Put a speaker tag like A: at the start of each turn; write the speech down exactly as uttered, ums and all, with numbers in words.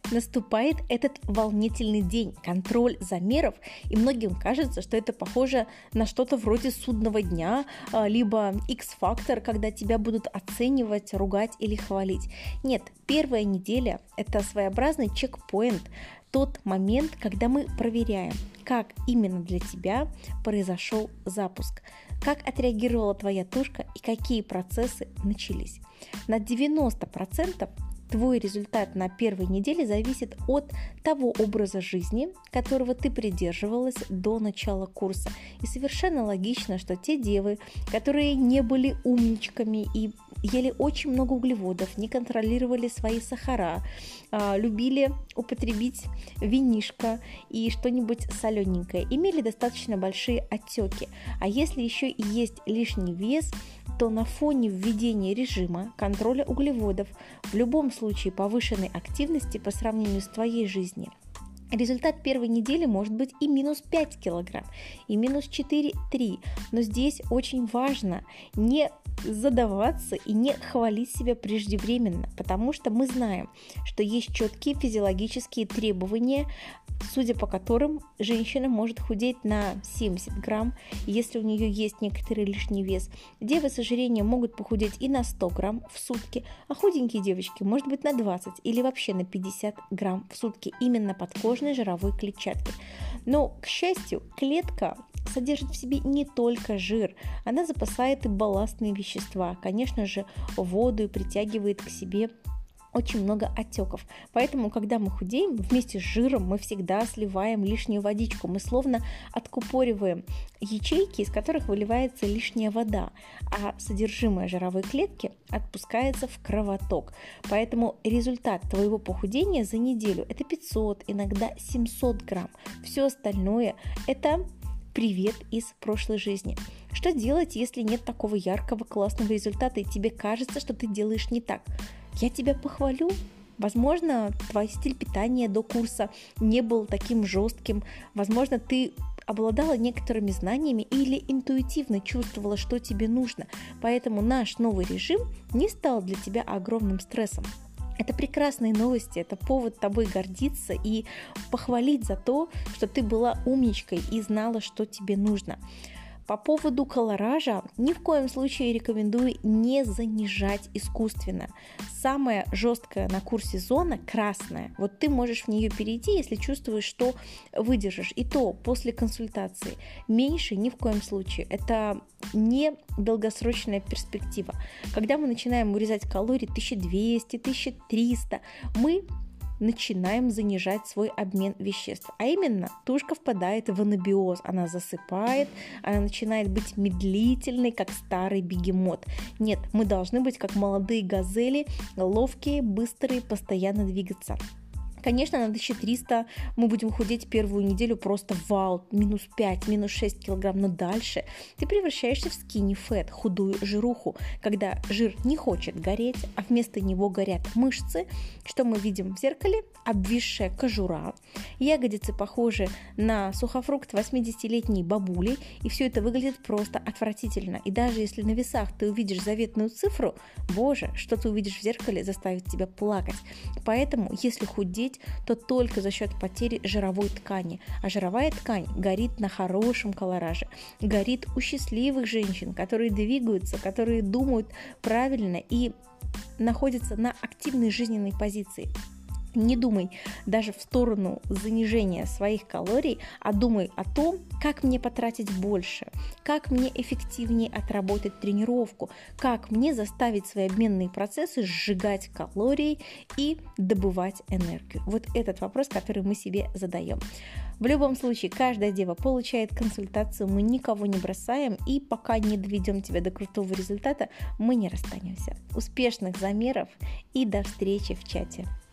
A: Наступает этот волнительный день, контроль замеров, и многим кажется, что это похоже на что-то вроде судного дня, либо X-фактор, когда тебя будут оценивать, ругать или хвалить. Нет, первая неделя – это своеобразный чекпоинт, тот момент, когда мы проверяем, как именно для тебя произошел запуск, как отреагировала твоя тушка и какие процессы начались. На девяносто процентов твой результат на первой неделе зависит от того образа жизни, которого ты придерживалась до начала курса. И совершенно логично, что те девы, которые не были умничками и ели очень много углеводов, не контролировали свои сахара, любили употребить винишко и что-нибудь солененькое, имели достаточно большие отеки. А если еще и есть лишний вес, то на фоне введения режима контроля углеводов, в любом случае повышенной активности по сравнению с твоей жизнью, результат первой недели может быть и минус пять килограмм, и минус четыре - три. Но здесь очень важно не задаваться и не хвалить себя преждевременно, потому что мы знаем, что есть четкие физиологические требования, судя по которым женщина может худеть на семьдесят грамм, если у нее есть некоторый лишний вес. Девы с ожирением могут похудеть и на сто грамм в сутки, а худенькие девочки, может быть, на двадцать или вообще на пятьдесят грамм в сутки именно подкожной жировой клетчатки. Но, к счастью, клетка содержит в себе не только жир, она запасает и балластные вещества, конечно же, воду, и притягивает к себе очень много отеков. Поэтому, когда мы худеем, вместе с жиром мы всегда сливаем лишнюю водичку. Мы словно откупориваем ячейки, из которых выливается лишняя вода, а содержимое жировой клетки отпускается в кровоток. Поэтому результат твоего похудения за неделю – это пятьсот, иногда семьсот грамм. Все остальное – это привет из прошлой жизни. Что делать, если нет такого яркого, классного результата, и тебе кажется, что ты делаешь не так? Я тебя похвалю. Возможно, твой стиль питания до курса не был таким жестким. Возможно, ты обладала некоторыми знаниями или интуитивно чувствовала, что тебе нужно. Поэтому наш новый режим не стал для тебя огромным стрессом. Это прекрасные новости, это повод тобой гордиться и похвалить за то, что ты была умничкой и знала, что тебе нужно. По поводу колоража ни в коем случае рекомендую не занижать искусственно. Самая жесткая на курсе зона красная. Вот ты можешь в нее перейти, если чувствуешь, что выдержишь. И то после консультации. Меньше ни в коем случае. Это не долгосрочная перспектива. Когда мы начинаем урезать калории тысяча двести - тысяча триста, мы начинаем занижать свой обмен веществ. А именно, тушка впадает в анабиоз, она засыпает, она начинает быть медлительной, как старый бегемот. Нет, мы должны быть как молодые газели, ловкие, быстрые, постоянно двигаться. Конечно, на тысяча триста мы будем худеть первую неделю просто вау, минус пять, минус шесть килограмм, но дальше ты превращаешься в skinny fat, худую жируху, когда жир не хочет гореть, а вместо него горят мышцы. Что мы видим в зеркале? Обвисшая кожура, ягодицы похожи на сухофрукт восьмидесятилетней бабули, и все это выглядит просто отвратительно. И даже если на весах ты увидишь заветную цифру, боже, что ты увидишь в зеркале заставит тебя плакать. Поэтому, если худеть, то только за счет потери жировой ткани. А жировая ткань горит на хорошем колораже, горит у счастливых женщин, которые двигаются, которые думают правильно и находятся на активной жизненной позиции. Не думай даже в сторону занижения своих калорий, а думай о том, как мне потратить больше, как мне эффективнее отработать тренировку, как мне заставить свои обменные процессы сжигать калории и добывать энергию. Вот этот вопрос, который мы себе задаем. В любом случае, каждая дева получает консультацию, мы никого не бросаем, и пока не доведем тебя до крутого результата, мы не расстанемся. Успешных замеров и до встречи в чате.